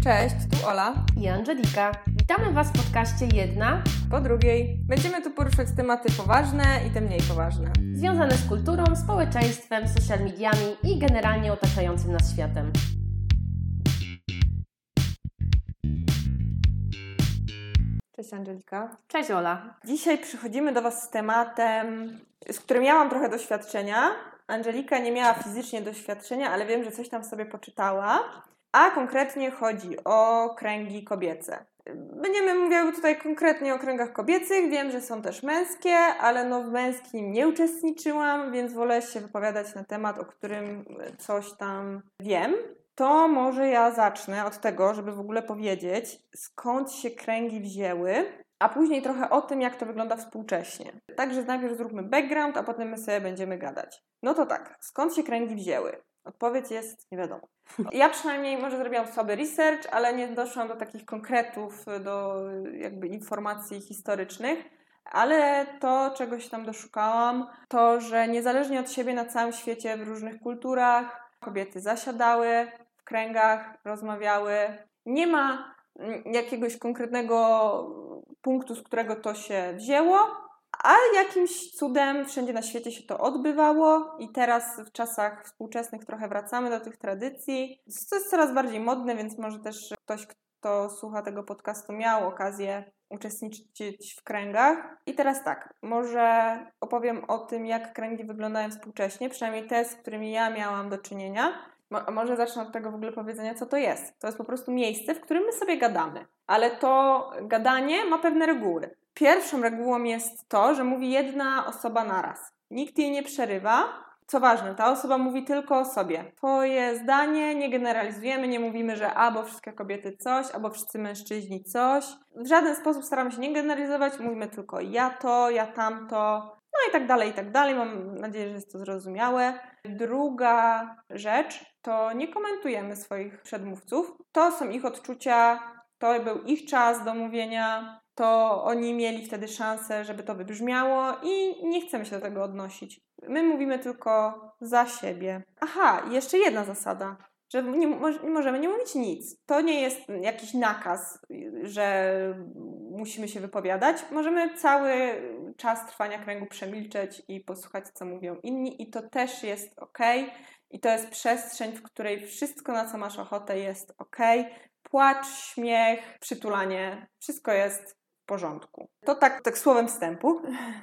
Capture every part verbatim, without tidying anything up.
Cześć, tu Ola i Angelika. Witamy Was w podcaście Jedna po drugiej. Będziemy tu poruszać tematy poważne i te mniej poważne. Związane z kulturą, społeczeństwem, social mediami i generalnie otaczającym nas światem. Cześć Angelika. Cześć Ola. Dzisiaj przychodzimy do Was z tematem, z którym ja mam trochę doświadczenia. Angelika nie miała fizycznie doświadczenia, ale wiem, że coś tam sobie poczytała. A konkretnie chodzi o kręgi kobiece. Będziemy mówiły tutaj konkretnie o kręgach kobiecych. Wiem, że są też męskie, ale no w męskim nie uczestniczyłam, więc wolę się wypowiadać na temat, o którym coś tam wiem. To może ja zacznę od tego, żeby w ogóle powiedzieć, skąd się kręgi wzięły, a później trochę o tym, jak to wygląda współcześnie. Także najpierw zróbmy background, a potem my sobie będziemy gadać. No to tak, skąd się kręgi wzięły? Odpowiedź jest nie wiadomo. Ja przynajmniej może zrobiłam sobie research, ale nie doszłam do takich konkretów, do jakby informacji historycznych, ale to, czego się tam doszukałam, to, że niezależnie od siebie na całym świecie, w różnych kulturach, kobiety zasiadały w kręgach, rozmawiały. Nie ma jakiegoś konkretnego punktu, z którego to się wzięło, a jakimś cudem wszędzie na świecie się to odbywało i teraz w czasach współczesnych trochę wracamy do tych tradycji. To jest coraz bardziej modne, więc może też ktoś, kto słucha tego podcastu, miał okazję uczestniczyć w kręgach. I teraz tak, może opowiem o tym, jak kręgi wyglądają współcześnie, przynajmniej te, z którymi ja miałam do czynienia. A może zacznę od tego w ogóle powiedzenia, co to jest. To jest po prostu miejsce, w którym my sobie gadamy. Ale to gadanie ma pewne reguły. Pierwszą regułą jest to, że mówi jedna osoba naraz. Nikt jej nie przerywa. Co ważne, ta osoba mówi tylko o sobie. Twoje zdanie, nie generalizujemy, nie mówimy, że albo wszystkie kobiety coś, albo wszyscy mężczyźni coś. W żaden sposób staramy się nie generalizować, mówimy tylko ja to, ja tamto, no i tak dalej, i tak dalej. Mam nadzieję, że jest to zrozumiałe. Druga rzecz to nie komentujemy swoich przedmówców. To są ich odczucia, to był ich czas do mówienia, to oni mieli wtedy szansę, żeby to wybrzmiało i nie chcemy się do tego odnosić. My mówimy tylko za siebie. Aha, jeszcze jedna zasada, że nie, nie możemy nie mówić nic. To nie jest jakiś nakaz, że musimy się wypowiadać. Możemy cały czas trwania kręgu przemilczeć i posłuchać, co mówią inni i to też jest okej. I to jest przestrzeń, w której wszystko, na co masz ochotę, jest okej. Płacz, śmiech, przytulanie, wszystko jest w porządku. To tak, tak słowem wstępu.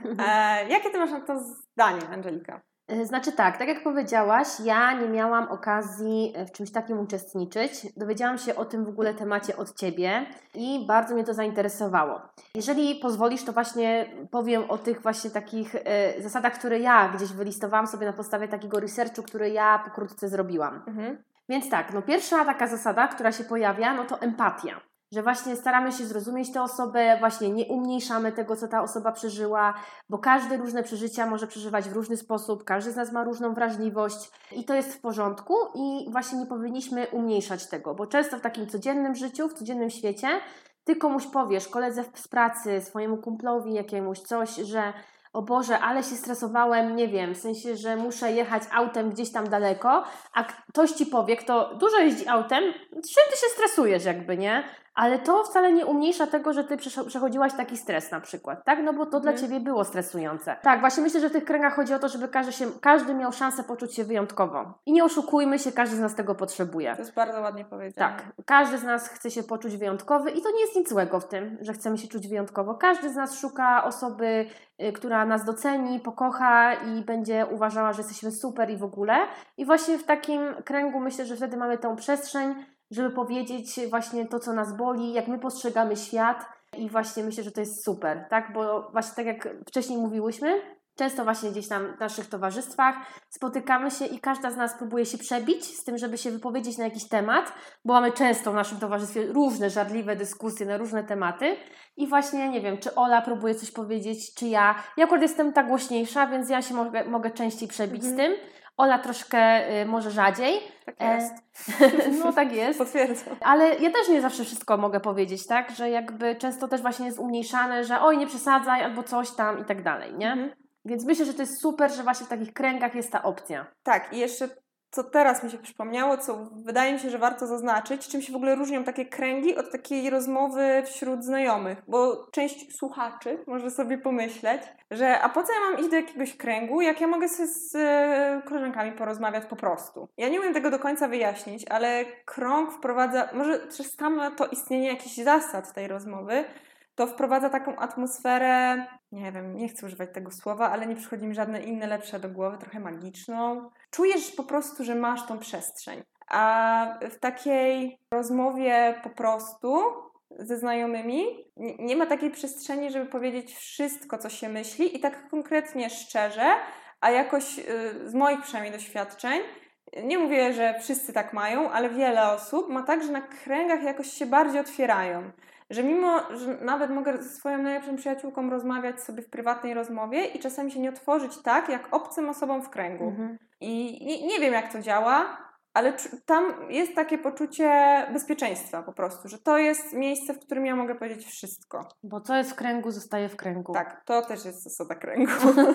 E, jakie ty masz na to zdanie, Angelika? Znaczy tak, tak jak powiedziałaś, ja nie miałam okazji w czymś takim uczestniczyć. Dowiedziałam się o tym w ogóle temacie od Ciebie i bardzo mnie to zainteresowało. Jeżeli pozwolisz, to właśnie powiem o tych właśnie takich e, zasadach, które ja gdzieś wylistowałam sobie na podstawie takiego researchu, który ja pokrótce zrobiłam. Mhm. Więc tak, no pierwsza taka zasada, która się pojawia, no to empatia. Że właśnie staramy się zrozumieć tę osobę, właśnie nie umniejszamy tego, co ta osoba przeżyła, bo każdy różne przeżycia może przeżywać w różny sposób, każdy z nas ma różną wrażliwość i to jest w porządku i właśnie nie powinniśmy umniejszać tego, bo często w takim codziennym życiu, w codziennym świecie ty komuś powiesz, koledze z pracy, swojemu kumplowi jakiemuś coś, że o Boże, ale się stresowałem, nie wiem, w sensie, że muszę jechać autem gdzieś tam daleko, a ktoś Ci powie, kto dużo jeździ autem, czym Ty się stresujesz jakby, nie? Ale to wcale nie umniejsza tego, że Ty przechodziłaś taki stres na przykład, tak? No bo to dla mm. Ciebie było stresujące. Tak, właśnie myślę, że w tych kręgach chodzi o to, żeby każdy, się, każdy miał szansę poczuć się wyjątkowo. I nie oszukujmy się, każdy z nas tego potrzebuje. To jest bardzo ładnie powiedziane. Tak, każdy z nas chce się poczuć wyjątkowy i to nie jest nic złego w tym, że chcemy się czuć wyjątkowo. Każdy z nas szuka osoby, y, która nas doceni, pokocha i będzie uważała, że jesteśmy super i w ogóle. I właśnie w takim kręgu myślę, że wtedy mamy tą przestrzeń, żeby powiedzieć właśnie to, co nas boli, jak my postrzegamy świat i właśnie myślę, że to jest super, tak? Bo właśnie tak jak wcześniej mówiłyśmy, często właśnie gdzieś tam w naszych towarzystwach spotykamy się i każda z nas próbuje się przebić z tym, żeby się wypowiedzieć na jakiś temat, bo mamy często w naszym towarzystwie różne żarliwe dyskusje na różne tematy i właśnie, nie wiem, czy Ola próbuje coś powiedzieć, czy ja. Ja akurat jestem ta głośniejsza, więc ja się mogę, mogę częściej przebić mhm. z tym. Ola troszkę y, może rzadziej. Tak jest. E, no tak jest. Potwierdzam. Ale ja też nie zawsze wszystko mogę powiedzieć, tak? Że jakby często też właśnie jest umniejszane, że oj, nie przesadzaj albo coś tam i tak dalej, nie? Mhm. Więc myślę, że to jest super, że właśnie w takich kręgach jest ta opcja. Tak, i jeszcze co teraz mi się przypomniało, co wydaje mi się, że warto zaznaczyć, czym się w ogóle różnią takie kręgi od takiej rozmowy wśród znajomych, bo część słuchaczy może sobie pomyśleć, że a po co ja mam iść do jakiegoś kręgu, jak ja mogę sobie z e, koleżankami porozmawiać po prostu. Ja nie umiem tego do końca wyjaśnić, ale krąg wprowadza, może przez samo to istnienie jakichś zasad tej rozmowy, to wprowadza taką atmosferę, nie wiem, nie chcę używać tego słowa, ale nie przychodzi mi żadne inne lepsze do głowy, trochę magiczną. Czujesz po prostu, że masz tą przestrzeń. A w takiej rozmowie po prostu ze znajomymi nie, nie ma takiej przestrzeni, żeby powiedzieć wszystko, co się myśli i tak konkretnie, szczerze, a jakoś z moich przynajmniej doświadczeń, nie mówię, że wszyscy tak mają, ale wiele osób ma tak, że na kręgach jakoś się bardziej otwierają. Że mimo, że nawet mogę ze swoją najlepszą przyjaciółką rozmawiać sobie w prywatnej rozmowie i czasami się nie otworzyć tak, jak obcym osobom w kręgu. Mhm. I nie, nie wiem, jak to działa, ale tam jest takie poczucie bezpieczeństwa po prostu, że to jest miejsce, w którym ja mogę powiedzieć wszystko. Bo co jest w kręgu, zostaje w kręgu. Tak, to też jest zasada kręgu.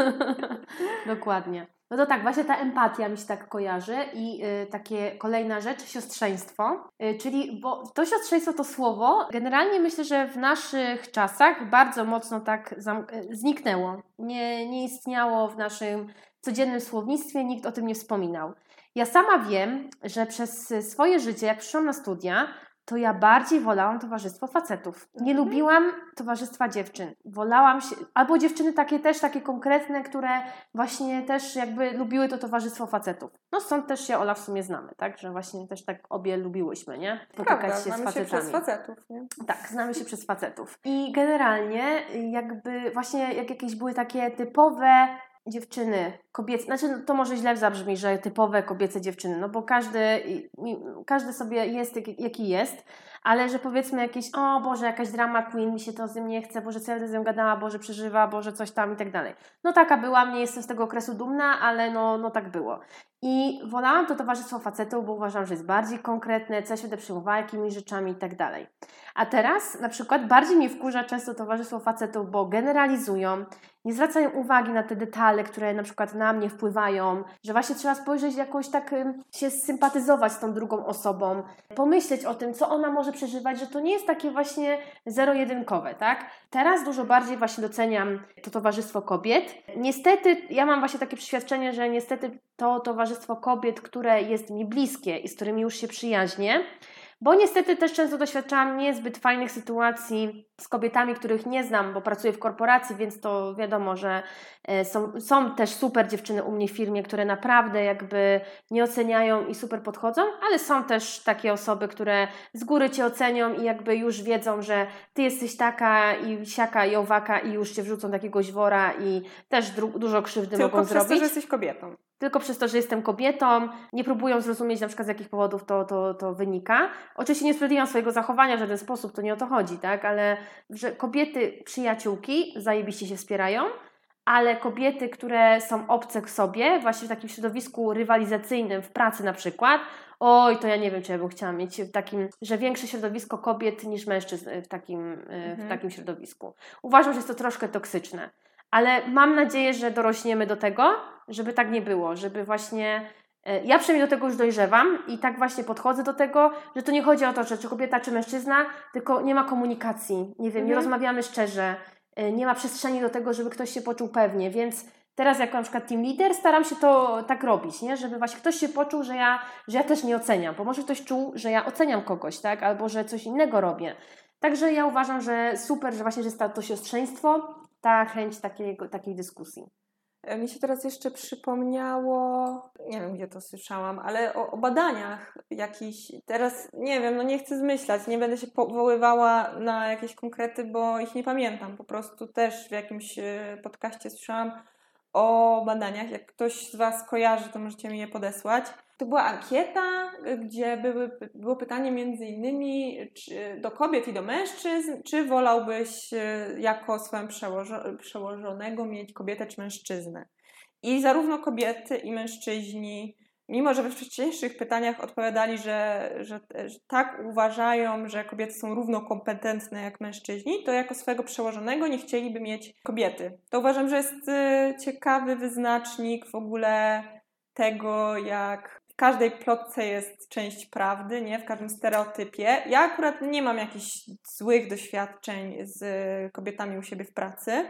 Dokładnie. No to tak, właśnie ta empatia mi się tak kojarzy i y, takie kolejna rzecz, siostrzeństwo, y, czyli, bo to siostrzeństwo to słowo, generalnie myślę, że w naszych czasach bardzo mocno tak zam- y, zniknęło. Nie, nie istniało w naszym codziennym słownictwie, nikt o tym nie wspominał. Ja sama wiem, że przez swoje życie, jak przyszłam na studia, to ja bardziej wolałam towarzystwo facetów. Nie mhm. lubiłam towarzystwa dziewczyn. Wolałam się, albo dziewczyny takie też, takie konkretne, które właśnie też jakby lubiły to towarzystwo facetów. No stąd też się, Ola, w sumie znamy, tak? Że właśnie też tak obie lubiłyśmy, nie? Spotykać Prawda, się znamy z facetami. się przez facetów, nie? Tak, znamy się przez facetów. I generalnie jakby właśnie jak jakieś były takie typowe dziewczyny, kobiece, znaczy no to może źle zabrzmi, że typowe kobiece dziewczyny, no bo każdy, każdy sobie jest jaki jest, ale że powiedzmy jakieś, o Boże, jakaś drama queen, mi się to z nim nie chce, Boże, co ja z nią gadała, Boże, przeżywa, Boże, coś tam i tak dalej. No taka byłam, nie jestem z tego okresu dumna, ale no, no tak było. I wolałam to towarzystwo facetów, bo uważam, że jest bardziej konkretne, co się będę przejmowała, jakimi rzeczami i tak dalej. A teraz na przykład bardziej mnie wkurza często towarzystwo facetów, bo generalizują, nie zwracają uwagi na te detale, które na przykład na mnie wpływają, że właśnie trzeba spojrzeć jakoś tak się sympatyzować z tą drugą osobą, pomyśleć o tym, co ona może przeżywać, że to nie jest takie właśnie zero-jedynkowe, tak? Teraz dużo bardziej właśnie doceniam to towarzystwo kobiet. Niestety, ja mam właśnie takie przeświadczenie, że niestety to towarzystwo kobiet, które jest mi bliskie i z którymi już się przyjaźnię, bo niestety też często doświadczałam niezbyt fajnych sytuacji z kobietami, których nie znam, bo pracuję w korporacji, więc to wiadomo, że są, są też super dziewczyny u mnie w firmie, które naprawdę jakby nie oceniają i super podchodzą, ale są też takie osoby, które z góry Cię ocenią i jakby już wiedzą, że Ty jesteś taka i siaka i owaka i już Cię wrzucą do jakiegoś wora i też dru- dużo krzywdy Tylko mogą przez zrobić. To, że jesteś kobietą. Tylko przez to, że jestem kobietą, nie próbują zrozumieć na przykład z jakich powodów to, to, to wynika. Oczywiście nie usprawiedliwiam swojego zachowania w żaden sposób, to nie o to chodzi, tak? Ale że kobiety, przyjaciółki zajebiście się wspierają, ale kobiety, które są obce k sobie, właśnie w takim środowisku rywalizacyjnym, w pracy na przykład, oj, to ja nie wiem, czy ja bym chciała mieć w takim, że większe środowisko kobiet niż mężczyzn w takim, mhm. w takim środowisku. Uważam, że jest to troszkę toksyczne. Ale mam nadzieję, że dorośniemy do tego, żeby tak nie było, żeby właśnie, ja przynajmniej do tego już dojrzewam i tak właśnie podchodzę do tego, że to nie chodzi o to, że czy kobieta, czy mężczyzna, tylko nie ma komunikacji, nie wiem, mhm. nie rozmawiamy szczerze, nie ma przestrzeni do tego, żeby ktoś się poczuł pewnie, więc teraz jako na przykład team leader staram się to tak robić, nie? Żeby właśnie ktoś się poczuł, że ja, że ja też nie oceniam, bo może ktoś czuł, że ja oceniam kogoś, tak, albo że coś innego robię. Także ja uważam, że super, że właśnie jest to siostrzeństwo, ta chęć takiego, takiej dyskusji. Mi się teraz jeszcze przypomniało, nie wiem gdzie to słyszałam, ale o, o badaniach jakichś, teraz nie wiem, no nie chcę zmyślać, nie będę się powoływała na jakieś konkrety, bo ich nie pamiętam, po prostu też w jakimś podcaście słyszałam o badaniach, jak ktoś z Was kojarzy, to możecie mi je podesłać. To była ankieta, gdzie były, było pytanie między innymi czy, do kobiet i do mężczyzn, czy wolałbyś jako swoją przełożo, przełożonego mieć kobietę czy mężczyznę. I zarówno kobiety i mężczyźni, mimo że we wcześniejszych pytaniach odpowiadali, że, że, że tak uważają, że kobiety są równo kompetentne jak mężczyźni, to jako swojego przełożonego nie chcieliby mieć kobiety. To uważam, że jest ciekawy wyznacznik w ogóle tego, jak każdej plotce jest część prawdy, nie? W każdym stereotypie. Ja akurat nie mam jakichś złych doświadczeń z kobietami u siebie w pracy,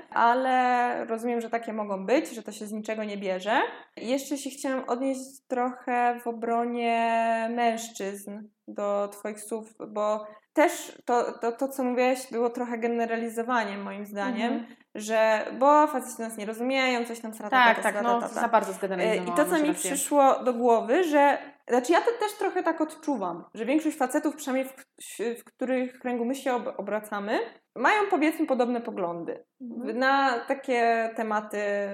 ale rozumiem, że takie mogą być, że to się z niczego nie bierze. I jeszcze się chciałam odnieść trochę w obronie mężczyzn do twoich słów, bo też to, to, to co mówiłaś, było trochę generalizowaniem moim zdaniem, Mhm. że bo faceci nas nie rozumieją, coś tam strata, Tak, tata, tak, strata, no tata. za bardzo I zgeneralizowałam. to, co masz mi rację. przyszło do głowy, że znaczy ja to też trochę tak odczuwam, że większość facetów, przynajmniej w, w których kręgu my się ob, obracamy, mają powiedzmy podobne poglądy Mhm. na takie tematy,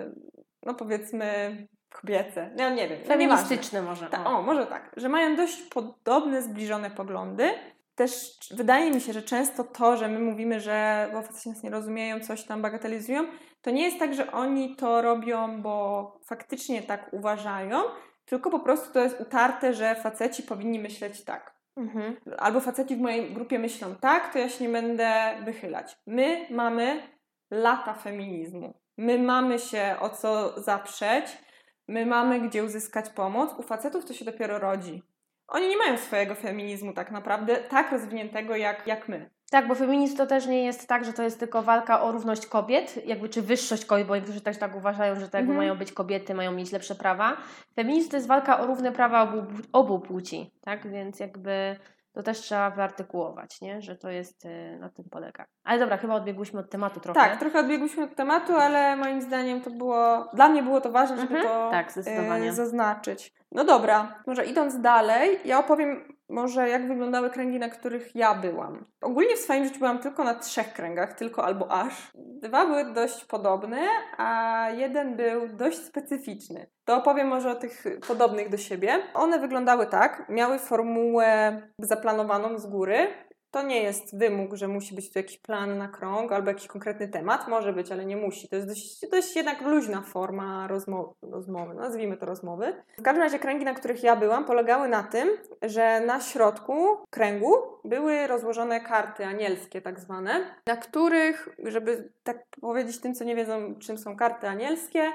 no powiedzmy kobiece, ja nie wiem, no nieważne. Feministyczne może. Ta, o. o, może tak, że mają dość podobne, zbliżone poglądy. Też wydaje mi się, że często to, że my mówimy, że bo faceci nas nie rozumieją, coś tam bagatelizują, to nie jest tak, że oni to robią, bo faktycznie tak uważają, tylko po prostu to jest utarte, że faceci powinni myśleć tak. Mhm. Albo faceci w mojej grupie myślą tak, to ja się nie będę wychylać. My mamy lata feminizmu. My mamy się o co zaprzeć. My mamy gdzie uzyskać pomoc. U facetów to się dopiero rodzi. Oni nie mają swojego feminizmu tak naprawdę tak rozwiniętego jak, jak my. Tak, bo feminizm to też nie jest tak, że to jest tylko walka o równość kobiet, jakby czy wyższość kobiet, bo niektórzy też tak uważają, że to jakby Mhm. mają być kobiety, mają mieć lepsze prawa. Feminizm to jest walka o równe prawa obu, obu płci, tak? Więc jakby to też trzeba wyartykułować, nie? Że to jest, y, na tym polega. Ale dobra, chyba odbiegłyśmy od tematu trochę. Tak, trochę odbiegłyśmy od tematu, ale moim zdaniem to było, dla mnie było to ważne, żeby Mhm. to Tak, zdecydowanie. e, zaznaczyć. No dobra, może idąc dalej, ja opowiem może jak wyglądały kręgi, na których ja byłam. Ogólnie w swoim życiu byłam tylko na trzech kręgach, tylko albo aż. Dwa były dość podobne, a jeden był dość specyficzny. To opowiem może o tych podobnych do siebie. One wyglądały tak, miały formułę zaplanowaną z góry. To nie jest wymóg, że musi być tu jakiś plan na krąg albo jakiś konkretny temat. Może być, ale nie musi. To jest dość, dość jednak luźna forma rozmowy, rozmowy, nazwijmy to rozmowy. W każdym razie kręgi, na których ja byłam, polegały na tym, że na środku kręgu były rozłożone karty anielskie tak zwane, na których, żeby tak powiedzieć tym, co nie wiedzą, czym są karty anielskie,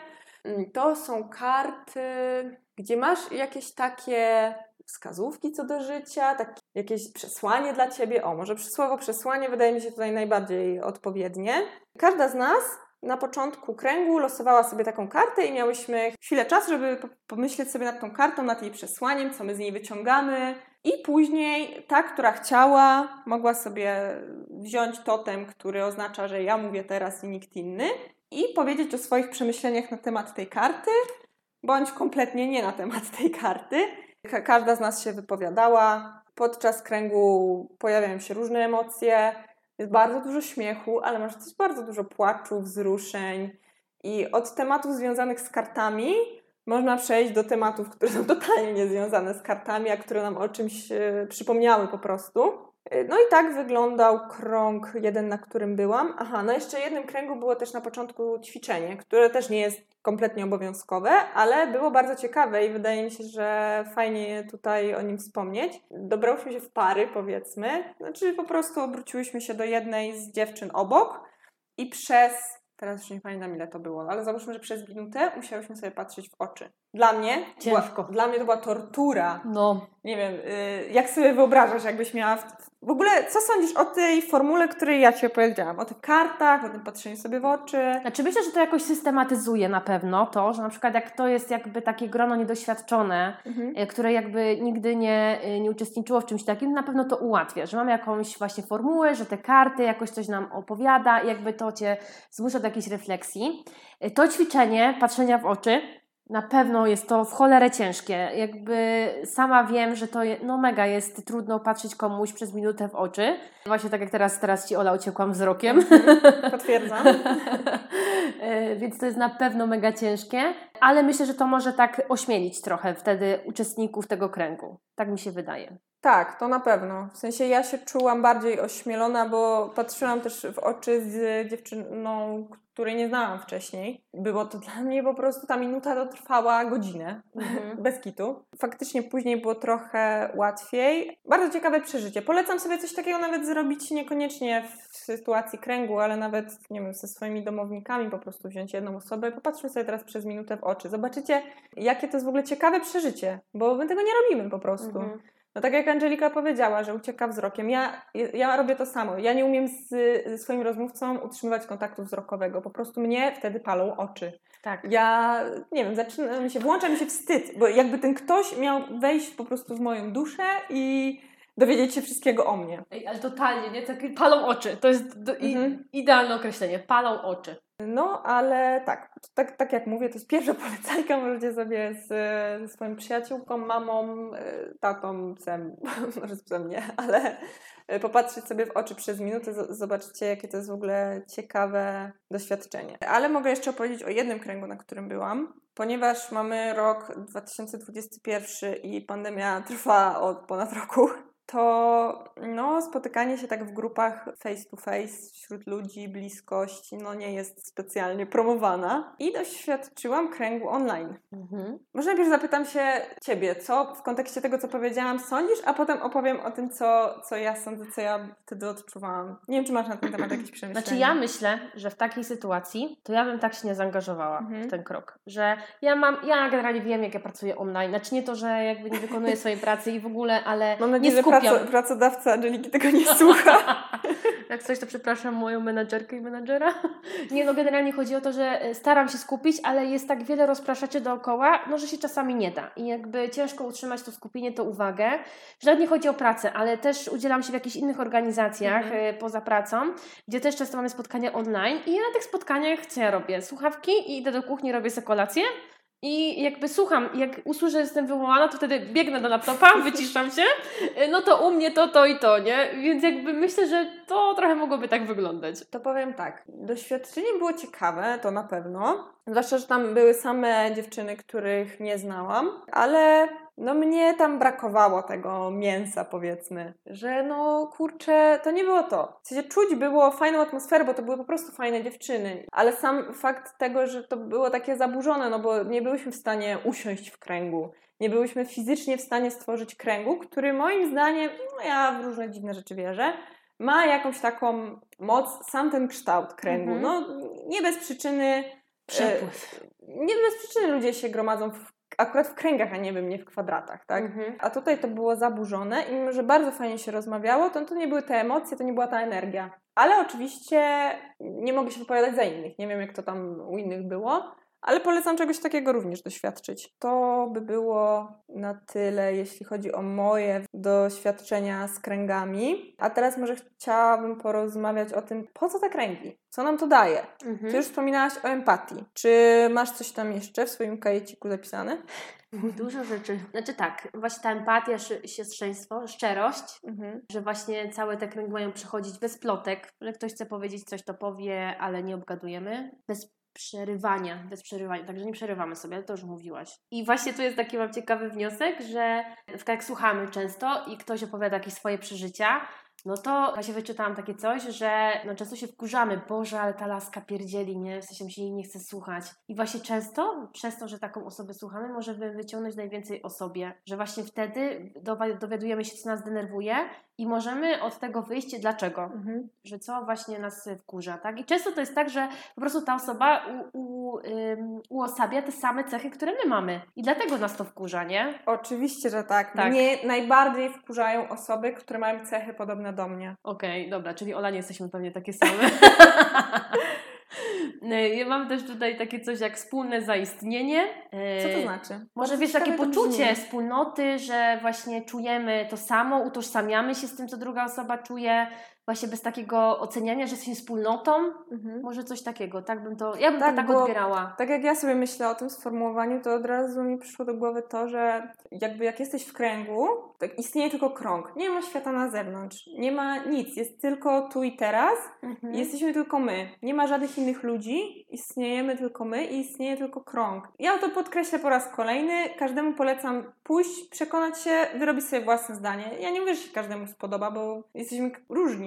to są karty, gdzie masz jakieś takie wskazówki co do życia, takie jakieś przesłanie dla ciebie. O, może słowo przesłanie wydaje mi się tutaj najbardziej odpowiednie. Każda z nas na początku kręgu losowała sobie taką kartę i miałyśmy chwilę czasu, żeby pomyśleć sobie nad tą kartą, nad jej przesłaniem, co my z niej wyciągamy. I później ta, która chciała, mogła sobie wziąć totem, który oznacza, że ja mówię teraz i nikt inny, i powiedzieć o swoich przemyśleniach na temat tej karty, bądź kompletnie nie na temat tej karty. Ka- każda z nas się wypowiadała. Podczas kręgu pojawiają się różne emocje, jest bardzo dużo śmiechu, ale może też bardzo dużo płaczu, wzruszeń. I od tematów związanych z kartami można przejść do tematów, które są totalnie niezwiązane z kartami, a które nam o czymś e, przypomniały po prostu. No i tak wyglądał krąg jeden, na którym byłam. Aha, no jeszcze jednym kręgu było też na początku ćwiczenie, które też nie jest kompletnie obowiązkowe, ale było bardzo ciekawe i wydaje mi się, że fajnie tutaj o nim wspomnieć. Dobrałyśmy się w pary, powiedzmy, znaczy po prostu obróciłyśmy się do jednej z dziewczyn obok i przez, teraz już nie pamiętam ile to było, ale załóżmy, że przez minutę musiałyśmy sobie patrzeć w oczy. Dla mnie, Ciężko. Była, dla mnie to była tortura. No. Nie wiem, y, jak sobie wyobrażasz, jakbyś miała... W... w ogóle, co sądzisz o tej formule, której ja Ci opowiedziałam? O tych kartach, o tym patrzeniu sobie w oczy? Znaczy myślę, że to jakoś systematyzuje na pewno to, że na przykład jak to jest jakby takie grono niedoświadczone, Mhm. e, które jakby nigdy nie, e, nie uczestniczyło w czymś takim, na pewno to ułatwia, że mamy jakąś właśnie formułę, że te karty jakoś coś nam opowiada i jakby to Cię zmusza do jakiejś refleksji. E, To ćwiczenie patrzenia w oczy, na pewno jest to w cholerę ciężkie. Jakby sama wiem, że to je, no mega jest trudno patrzeć komuś przez minutę w oczy. Właśnie tak jak teraz, teraz Ci, Ola, uciekłam wzrokiem. Mhm. Potwierdzam. E, Więc to jest na pewno mega ciężkie, ale myślę, że to może tak ośmielić trochę wtedy uczestników tego kręgu. Tak mi się wydaje. Tak, to na pewno. W sensie ja się czułam bardziej ośmielona, bo patrzyłam też w oczy z dziewczyną, której nie znałam wcześniej. Było to dla mnie po prostu, ta minuta to trwała godzinę, Mhm. bez kitu. Faktycznie później było trochę łatwiej. Bardzo ciekawe przeżycie. Polecam sobie coś takiego nawet zrobić, niekoniecznie w sytuacji kręgu, ale nawet, nie wiem, ze swoimi domownikami, po prostu wziąć jedną osobę. Popatrzmy sobie teraz przez minutę w oczy. Zobaczycie, jakie to jest w ogóle ciekawe przeżycie, bo my tego nie robimy po prostu. Mhm. No tak jak Angelika powiedziała, że ucieka wzrokiem. Ja, ja robię to samo. Ja nie umiem z, ze swoim rozmówcą utrzymywać kontaktu wzrokowego. Po prostu mnie wtedy palą oczy. Tak. Ja, nie wiem, zaczyna mi się, włącza mi się wstyd, bo jakby ten ktoś miał wejść po prostu w moją duszę i dowiedzieć się wszystkiego o mnie. Ej, ale totalnie, nie? Tak, palą oczy. To jest do, i, Mhm. idealne określenie. Palą oczy. No, ale tak, tak, tak jak mówię, to jest pierwsza polecajka, możecie sobie z, ze swoją przyjaciółką, mamą, y, tatą, psem, może z psem nie, ale y, popatrzeć sobie w oczy przez minutę, z- zobaczycie, jakie to jest w ogóle ciekawe doświadczenie. Ale mogę jeszcze opowiedzieć o jednym kręgu, na którym byłam, ponieważ mamy rok dwa tysiące dwudziesty pierwszy i pandemia trwa od ponad roku. To no, spotykanie się tak w grupach face to face wśród ludzi, bliskość, no nie jest specjalnie promowana. I doświadczyłam kręgu online. Mhm. Może najpierw zapytam się Ciebie, co w kontekście tego, co powiedziałam, sądzisz, a potem opowiem o tym, co, co ja sądzę, co ja wtedy odczuwałam. Nie wiem, czy masz na ten temat jakieś przemyślenia. Znaczy ja myślę, że w takiej sytuacji to ja bym tak się nie zaangażowała Mhm. w ten krok, że ja mam, ja generalnie wiem, jak ja pracuję online, znaczy nie to, że jakby nie wykonuję swojej pracy i w ogóle, ale Mam nadzieję, nie że skupiam. praco, pracodawca Angeliki tego nie słucha. Jak coś, to przepraszam moją menadżerkę i menadżera. Nie, no generalnie chodzi o to, że staram się skupić, ale jest tak wiele rozpraszaczy dookoła, no że się czasami nie da. I jakby ciężko utrzymać to skupienie, to uwagę. Że nawet nie chodzi o pracę, ale też udzielam się w jakichś innych organizacjach Mhm. y, poza pracą, gdzie też często mamy spotkania online i ja na tych spotkaniach co ja robię? Słuchawki i idę do kuchni, robię sobie kolację. I jakby słucham, jak usłyszę, że jestem wywołana, to wtedy biegnę do laptopa, wyciszam się, no to u mnie to, to i to, nie? Więc jakby myślę, że to trochę mogłoby tak wyglądać. To powiem tak, doświadczenie było ciekawe, to na pewno. Zwłaszcza, że tam były same dziewczyny, których nie znałam, ale no mnie tam brakowało tego mięsa, powiedzmy, że no kurczę, to nie było to. W sensie czuć było fajną atmosferę, bo to były po prostu fajne dziewczyny, ale sam fakt tego, że to było takie zaburzone, no bo nie byłyśmy w stanie usiąść w kręgu. Nie byłyśmy fizycznie w stanie stworzyć kręgu, który moim zdaniem, no ja w różne dziwne rzeczy wierzę, ma jakąś taką moc, sam ten kształt kręgu. Mhm. No nie bez przyczyny. Przepływ. E, nie bez przyczyny ludzie się gromadzą w, akurat w kręgach, a nie wiem, nie w kwadratach, tak? Mhm. A tutaj to było zaburzone i mimo, że bardzo fajnie się rozmawiało, to, to nie były te emocje, to nie była ta energia. Ale oczywiście nie mogę się wypowiadać za innych. Nie wiem, jak to tam u innych było. Ale polecam czegoś takiego również doświadczyć. To by było na tyle, jeśli chodzi o moje doświadczenia z kręgami. A teraz może chciałabym porozmawiać o tym, po co te kręgi? Co nam to daje? Mhm. Ty już wspominałaś o empatii. Czy masz coś tam jeszcze w swoim kajeciku zapisane? Dużo rzeczy. Znaczy tak, właśnie ta empatia, szy- siostrzeństwo, szczerość, Mhm. że właśnie całe te kręgi mają przechodzić bez plotek, że ktoś chce powiedzieć coś, to powie, ale nie obgadujemy. Bez przerywania, bez przerywania, także nie przerywamy sobie, ale to już mówiłaś. I właśnie tu jest taki mam ciekawy wniosek, że na przykład jak słuchamy często i ktoś opowiada jakieś swoje przeżycia, no to właśnie wyczytałam takie coś, że no często się wkurzamy, Boże, ale ta laska pierdzieli, nie? W sensie mi się jej nie chce słuchać. I właśnie często, przez to, że taką osobę słuchamy, możemy wyciągnąć najwięcej o sobie, że właśnie wtedy dowa- dowiadujemy się, co nas denerwuje i możemy od tego wyjść, dlaczego, Mhm. że co właśnie nas wkurza, tak? I często to jest tak, że po prostu ta osoba u, u, ym, uosabia te same cechy, które my mamy i dlatego nas to wkurza, nie? Oczywiście, że tak. Tak. Mnie najbardziej wkurzają osoby, które mają cechy podobne do mnie. Okej, dobra, czyli Ola nie jesteśmy pewnie takie same. Ja mam też tutaj takie coś jak wspólne zaistnienie. Co to znaczy? Może Bardzo wiesz, takie ciekawe to poczucie brzmi. wspólnoty, że właśnie czujemy to samo, utożsamiamy się z tym, co druga osoba czuje, właśnie bez takiego oceniania, że jesteśmy wspólnotą. Mhm. Może coś takiego, tak bym to, ja bym Tak, to tak bo- odbierała. Tak jak ja sobie myślę o tym sformułowaniu, to od razu mi przyszło do głowy to, że jakby jak jesteś w kręgu, tak istnieje tylko krąg. Nie ma świata na zewnątrz. Nie ma nic. Jest tylko tu i teraz. Mhm. I jesteśmy tylko my. Nie ma żadnych innych ludzi. Istniejemy tylko my i istnieje tylko krąg. Ja to podkreślę po raz kolejny. Każdemu polecam pójść, przekonać się, wyrobić sobie własne zdanie. Ja nie mówię, że się każdemu spodoba, bo jesteśmy różni.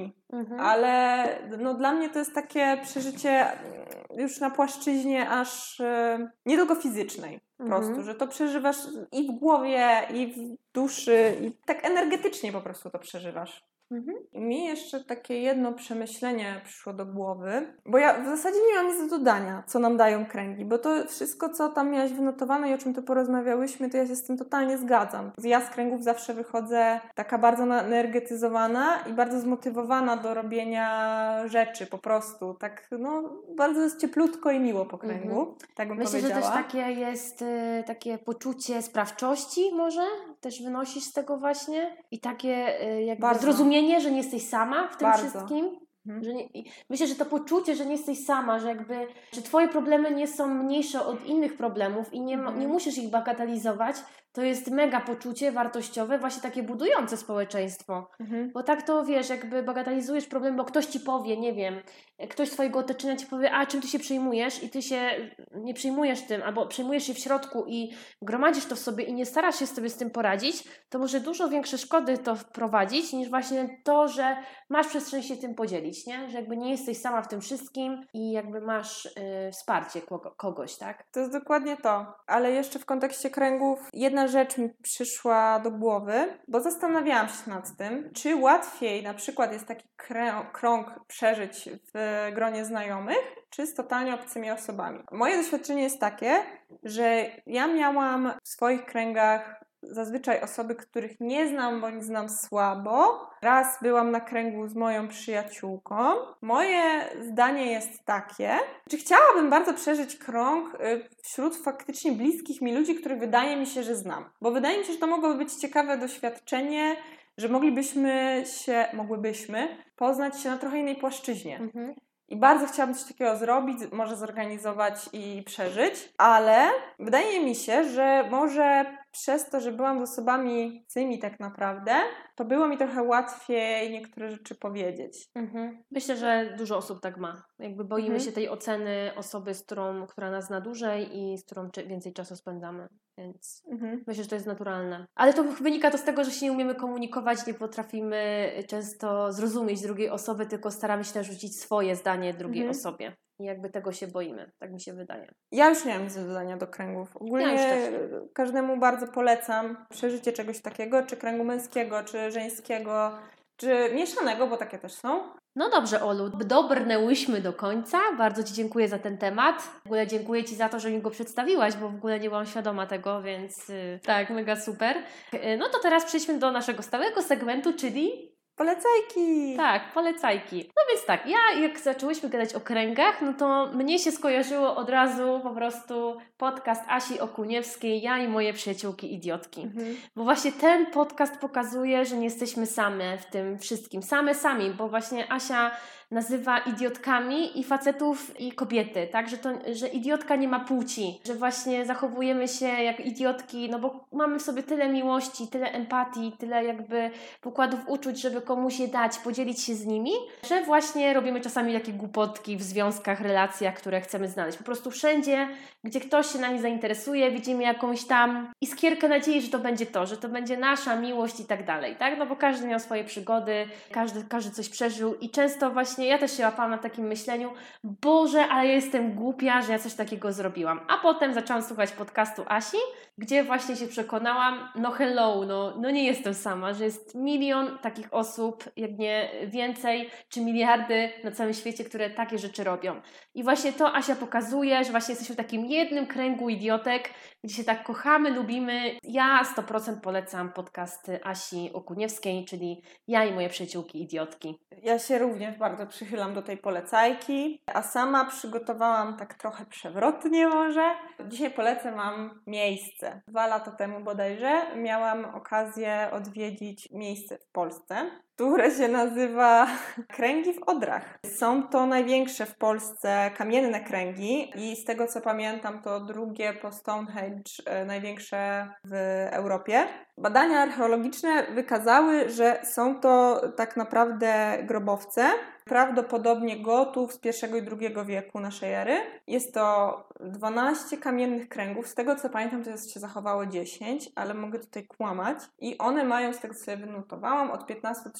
kręgami. Mhm. Ale no, dla mnie to jest takie przeżycie już na płaszczyźnie aż e, nie tylko fizycznej po Mhm. prostu, że to przeżywasz i w głowie, i w duszy, i tak energetycznie po prostu to przeżywasz. Mhm. Mi jeszcze takie jedno przemyślenie przyszło do głowy, bo ja w zasadzie nie mam nic do dodania, co nam dają kręgi, bo to wszystko, co tam miałaś wynotowane i o czym tu porozmawiałyśmy, to ja się z tym totalnie zgadzam. Ja z kręgów zawsze wychodzę taka bardzo energetyzowana i bardzo zmotywowana do robienia rzeczy po prostu. Tak, no, bardzo jest cieplutko i miło po kręgu, Mhm. tak bym Myślę, powiedziała. że też takie jest y, takie poczucie sprawczości może też wynosisz z tego właśnie i takie y, jakby Bardzo. zrozumienie, że nie jesteś sama w tym Bardzo. wszystkim. Mhm. Że nie, i myślę, że to poczucie, że nie jesteś sama, że jakby, że twoje problemy nie są mniejsze od innych problemów i nie, ma- Mhm. nie musisz ich bagatelizować, to jest mega poczucie wartościowe, właśnie takie budujące społeczeństwo. Mhm. Bo tak to wiesz, jakby bagatelizujesz problem, bo ktoś ci powie, nie wiem, ktoś z twojego otoczenia ci powie, a czym ty się przejmujesz i ty się nie przejmujesz tym, albo przejmujesz się w środku i gromadzisz to w sobie i nie starasz się sobie z tym poradzić, to może dużo większe szkody to wprowadzić, niż właśnie to, że masz przestrzeń się tym podzielić, nie? Że jakby nie jesteś sama w tym wszystkim i jakby masz y, wsparcie kogo, kogoś, tak? To jest dokładnie to. Ale jeszcze w kontekście kręgów jedna rzecz mi przyszła do głowy, bo zastanawiałam się nad tym, czy łatwiej na przykład jest taki krę- krąg przeżyć w gronie znajomych, czy z totalnie obcymi osobami. Moje doświadczenie jest takie, że ja miałam w swoich kręgach zazwyczaj osoby, których nie znam bądź znam słabo. Raz byłam na kręgu z moją przyjaciółką. Moje zdanie jest takie, że chciałabym bardzo przeżyć krąg wśród faktycznie bliskich mi ludzi, których wydaje mi się, że znam. Bo wydaje mi się, że to mogłoby być ciekawe doświadczenie, że moglibyśmy się, mogłybyśmy poznać się na trochę innej płaszczyźnie. Mhm. I bardzo chciałabym coś takiego zrobić, może zorganizować i przeżyć, ale wydaje mi się, że może przez to, że byłam z osobami tymi tak naprawdę, to było mi trochę łatwiej niektóre rzeczy powiedzieć. Mhm. Myślę, że dużo osób tak ma. Jakby boimy Mhm. się tej oceny osoby, z którą, która nas zna dłużej i z którą czy- więcej czasu spędzamy. Więc Mhm. myślę, że to jest naturalne. Ale to wynika to z tego, że się nie umiemy komunikować, nie potrafimy często zrozumieć drugiej osoby, tylko staramy się narzucić swoje zdanie drugiej Mhm. osobie. I jakby tego się boimy. Tak mi się wydaje. Ja już nie mam nic do dodania do kręgów. Ogólnie Ja już też nie. każdemu bardzo polecam przeżycie czegoś takiego, czy kręgu męskiego, czy żeńskiego, czy mieszanego, bo takie też są. No dobrze, Olu, dobrnęłyśmy do końca. Bardzo Ci dziękuję za ten temat. W ogóle dziękuję Ci za to, że mi go przedstawiłaś, bo w ogóle nie byłam świadoma tego, więc yy, tak, mega super. Yy, no to teraz przejdźmy do naszego stałego segmentu, czyli... Polecajki! Tak, polecajki. No więc tak, ja jak zaczęłyśmy gadać o kręgach, no to mnie się skojarzyło od razu po prostu podcast Asi Okuniewskiej, ja i moje przyjaciółki idiotki. Mhm. Bo właśnie ten podcast pokazuje, że nie jesteśmy same w tym wszystkim. Same sami, bo właśnie Asia nazywa idiotkami i facetów i kobiety, tak? Że, to, że idiotka nie ma płci, że właśnie zachowujemy się jak idiotki, no bo mamy w sobie tyle miłości, tyle empatii, tyle jakby pokładów uczuć, żeby komuś je dać, podzielić się z nimi, że właśnie robimy czasami takie głupotki w związkach, relacjach, które chcemy znaleźć. Po prostu wszędzie, gdzie ktoś się nami zainteresuje, widzimy jakąś tam iskierkę nadziei, że to będzie to, że to będzie nasza miłość i tak dalej, tak? No bo każdy miał swoje przygody, każdy, każdy coś przeżył i często właśnie ja też się łapałam na takim myśleniu, Boże, ale ja jestem głupia, że ja coś takiego zrobiłam. A potem zaczęłam słuchać podcastu Asi, gdzie właśnie się przekonałam, no hello, no, no nie jestem sama, że jest milion takich osób, jak nie więcej, czy miliardy na całym świecie, które takie rzeczy robią. I właśnie to Asia pokazuje, że właśnie jesteśmy w takim jednym kręgu idiotek, gdzie się tak kochamy, lubimy. Ja sto procent polecam podcast Asi Okuniewskiej, czyli ja i moje przyjaciółki idiotki. Ja się również bardzo przychylam do tej polecajki, a sama przygotowałam tak trochę przewrotnie może. Dzisiaj polecę Wam miejsce. Dwa lata temu bodajże miałam okazję odwiedzić miejsce w Polsce, które się nazywa Kręgi w Odrach. Są to największe w Polsce kamienne kręgi i z tego co pamiętam to drugie po Stonehenge największe w Europie. Badania archeologiczne wykazały, że są to tak naprawdę grobowce, prawdopodobnie Gotów z pierwszego i drugiego wieku naszej ery. Jest to dwanaście kamiennych kręgów, z tego co pamiętam to jest, się zachowało dziesięć, ale mogę tutaj kłamać. I one mają, z tego co sobie wynotowałam, od piętnastego do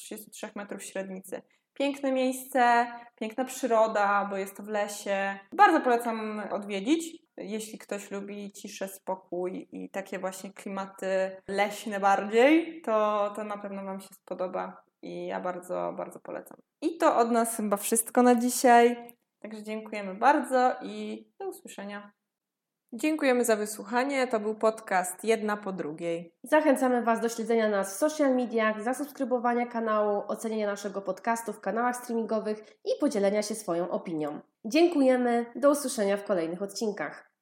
trzydziestu trzech metrów średnicy. Piękne miejsce, piękna przyroda, bo jest to w lesie. Bardzo polecam odwiedzić, jeśli ktoś lubi ciszę, spokój i takie właśnie klimaty leśne bardziej, to, to na pewno Wam się spodoba i ja bardzo, bardzo polecam. I to od nas chyba wszystko na dzisiaj, także dziękujemy bardzo i do usłyszenia. Dziękujemy za wysłuchanie. To był podcast Jedna po drugiej. Zachęcamy Was do śledzenia nas w social mediach, zasubskrybowania kanału, oceniania naszego podcastu w kanałach streamingowych i podzielenia się swoją opinią. Dziękujemy, do usłyszenia w kolejnych odcinkach.